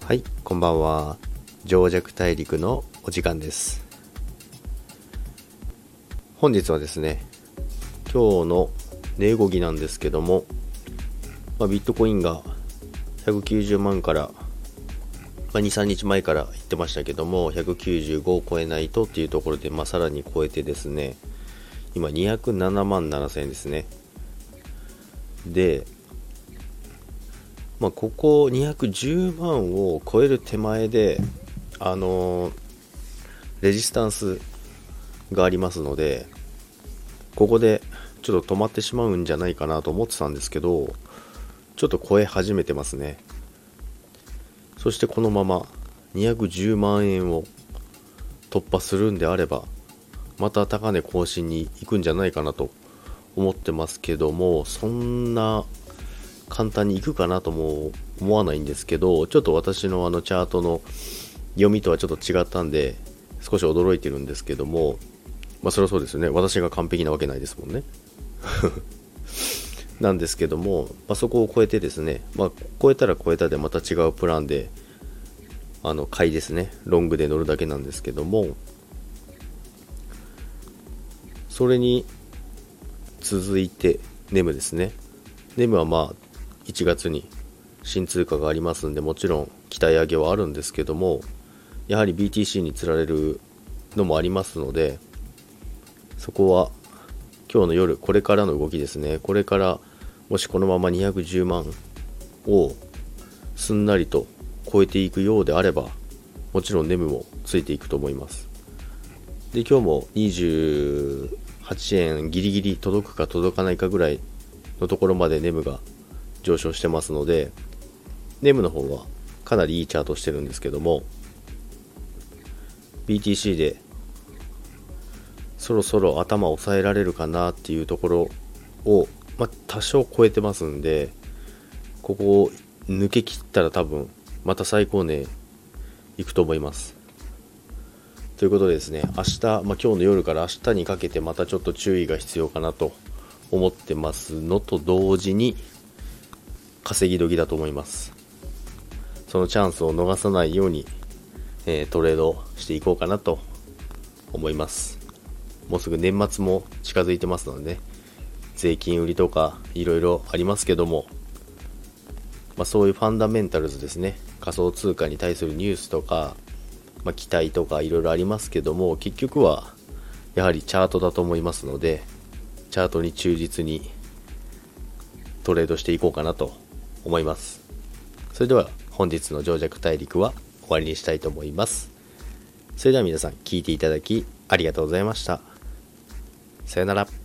はい、こんばんは。情弱大陸のお時間です。本日はですね、今日の値動きなんですけども、ビットコインが190万から、2、3日前から言ってましたけども、195を超えないとっていうところで、さらに超えてですね、今207万7000円ですね。で、ここ210万を超える手前で、レジスタンスがありますので、ここでちょっと止まってしまうんじゃないかなと思ってたんですけど、ちょっと超え始めてますね。そしてこのまま210万円を突破するんであれば、また高値更新に行くんじゃないかなと思ってますけども、そんな簡単に行くかなとも思わないんですけど、ちょっと私のチャートの読みとはちょっと違ったんで少し驚いてるんですけども、それはそうですよね。私が完璧なわけないですもんねなんですけども、そこを超えてですね、超えたら超えたでまた違うプランで買いですね、ロングで乗るだけなんですけども、それに続いてネムですね。ネムは1月に新通貨がありますんで、もちろん期待上げはあるんですけども、やはり BTC に釣られるのもありますので、そこは今日の夜、これからの動きですね。これからもしこのまま210万をすんなりと超えていくようであれば、もちろんネムもついていくと思います。で、今日も28円ギリギリ届くか届かないかぐらいのところまでネムが上昇してますので、ネムの方はかなりいいチャートしてるんですけども、 BTC でそろそろ頭を抑えられるかなっていうところを、多少超えてますんで、ここを抜け切ったら多分また最高値いくと思います。ということでですね、明日、今日の夜から明日にかけてまたちょっと注意が必要かなと思ってますのと同時に、稼ぎ時だと思います。そのチャンスを逃さないように、トレードしていこうかなと思います。もうすぐ年末も近づいてますのでね、税金売りとかいろいろありますけども、そういうファンダメンタルズですね、仮想通貨に対するニュースとか、期待とかいろいろありますけども、結局はやはりチャートだと思いますので、チャートに忠実にトレードしていこうかなと思います。それでは本日の情弱大陸は終わりにしたいと思います。それでは皆さん聞いていただきありがとうございました。さよなら。